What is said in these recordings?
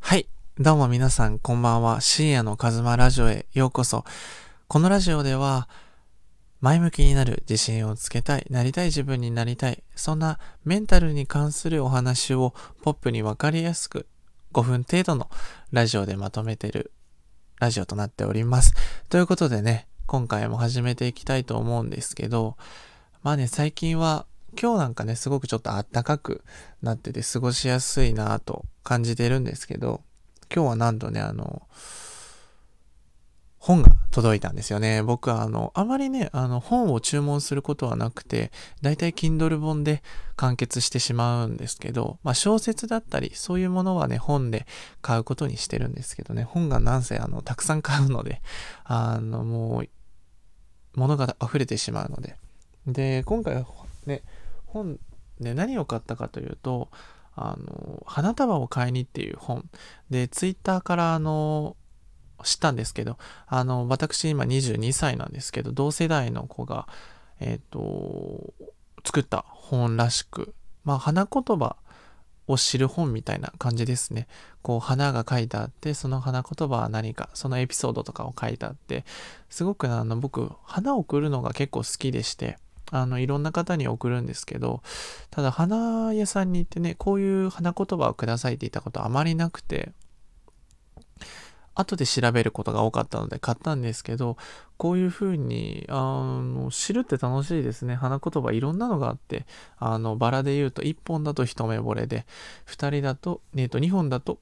はい。どうも皆さん、こんばんは。深夜のカズマラジオへようこそ。このラジオでは、前向きになる、自信をつけたい、なりたい自分になりたい、そんなメンタルに関するお話をポップにわかりやすく5分程度のラジオでまとめているラジオとなっております。ということでね、今回も始めていきたいと思うんですけど、最近は今日なんかね、すごくちょっと暖かくなってて過ごしやすいなと感じているんですけど、今日はなんとね、本が届いたんですよね。僕はあまりね、本を注文することはなくて、だいたい Kindle 本で完結してしまうんですけど、小説だったり、そういうものはね、本で買うことにしてるんですけどね、本がなんせたくさん買うので、もう、物が溢れてしまうので。で、今回ね、本で何を買ったかというと、花束を買いにっていう本で、ツイッターから知ったんですけど、私今22歳なんですけど、同世代の子が、作った本らしく、花言葉を知る本みたいな感じですね。こう、花が書いてあって、その花言葉は何か、そのエピソードとかを書いてあって、すごく僕、花を送るのが結構好きでして、いろんな方に送るんですけど、ただ花屋さんに行ってね、こういう花言葉をくださいって言ったことあまりなくて、後で調べることが多かったので買ったんですけど、こういう風に、知るって楽しいですね。花言葉いろんなのがあって、バラで言うと1本だと一目惚れで、2人だと、2本だと、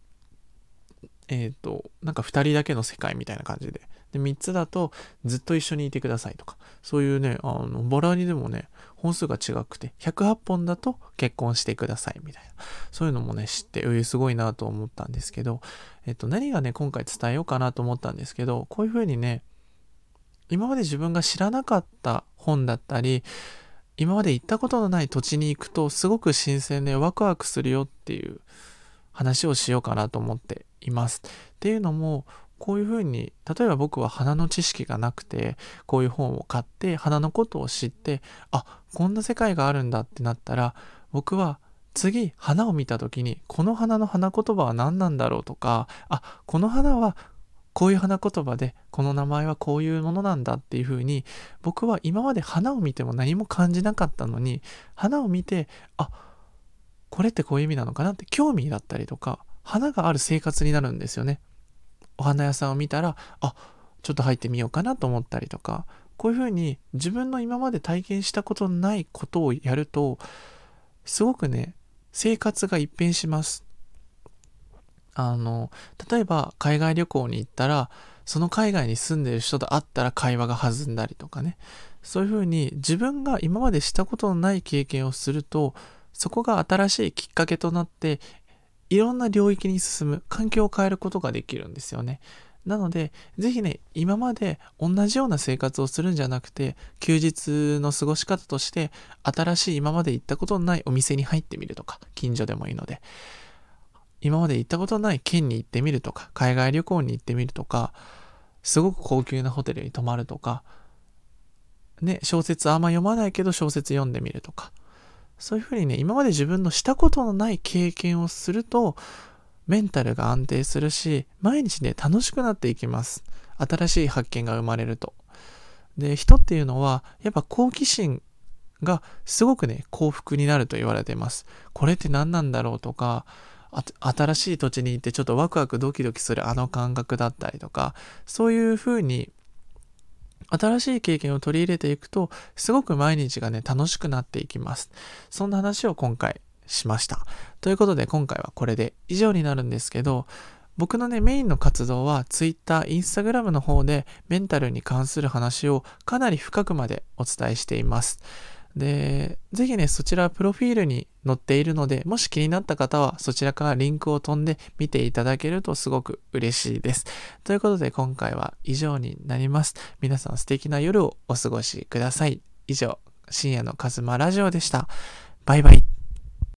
なんか2人だけの世界みたいな感じで。で、3つだと、ずっと一緒にいてくださいとか、そういうね、バラにでもね、本数が違くて、108本だと結婚してくださいみたいな。そういうのもね、知って、すごいなと思ったんですけど、何がね、今回伝えようかなと思ったんですけど、こういう風にね、今まで自分が知らなかった本だったり、今まで行ったことのない土地に行くと、すごく新鮮でワクワクするよっていう話をしようかなと思っています。っていうのも、こういうふうに、例えば僕は花の知識がなくて、こういう本を買って花のことを知って、こんな世界があるんだってなったら、僕は次花を見た時に、この花の花言葉は何なんだろうとか、この花はこういう花言葉で、この名前はこういうものなんだっていうふうに、僕は今まで花を見ても何も感じなかったのに、花を見て、これってこういう意味なのかなって興味だったりとか、花がある生活になるんですよね。お花屋さんを見たら、ちょっと入ってみようかなと思ったりとか、こういうふうに自分の今まで体験したことのないことをやると、すごくね、生活が一変します。例えば海外旅行に行ったら、その海外に住んでる人と会ったら会話が弾んだりとかね。そういうふうに自分が今までしたことのない経験をすると、そこが新しいきっかけとなって、いろんな領域に進む、環境を変えることができるんですよね。なので、ぜひね、今まで同じような生活をするんじゃなくて、休日の過ごし方として、新しい今まで行ったことのないお店に入ってみるとか、近所でもいいので、今まで行ったことのない県に行ってみるとか、海外旅行に行ってみるとか、すごく高級なホテルに泊まるとか、ね、小説あんま読まないけど小説読んでみるとか、そういうふうにね、今まで自分のしたことのない経験をすると、メンタルが安定するし、毎日ね、楽しくなっていきます。新しい発見が生まれると。で、人っていうのは、やっぱ好奇心がすごくね、幸福になると言われています。これって何なんだろうとか、新しい土地に行ってちょっとワクワクドキドキするあの感覚だったりとか、そういうふうに新しい経験を取り入れていくと、すごく毎日がね、楽しくなっていきます。そんな話を今回しました。ということで今回はこれで以上になるんですけど、僕のね、メインの活動は Twitter、Instagram の方でメンタルに関する話をかなり深くまでお伝えしています。で、ぜひね、そちらプロフィールに載っているので、もし気になった方はそちらからリンクを飛んで見ていただけるとすごく嬉しいです。ということで今回は以上になります。皆さん素敵な夜をお過ごしください。以上、深夜のカズマラジオでした。バイバイ。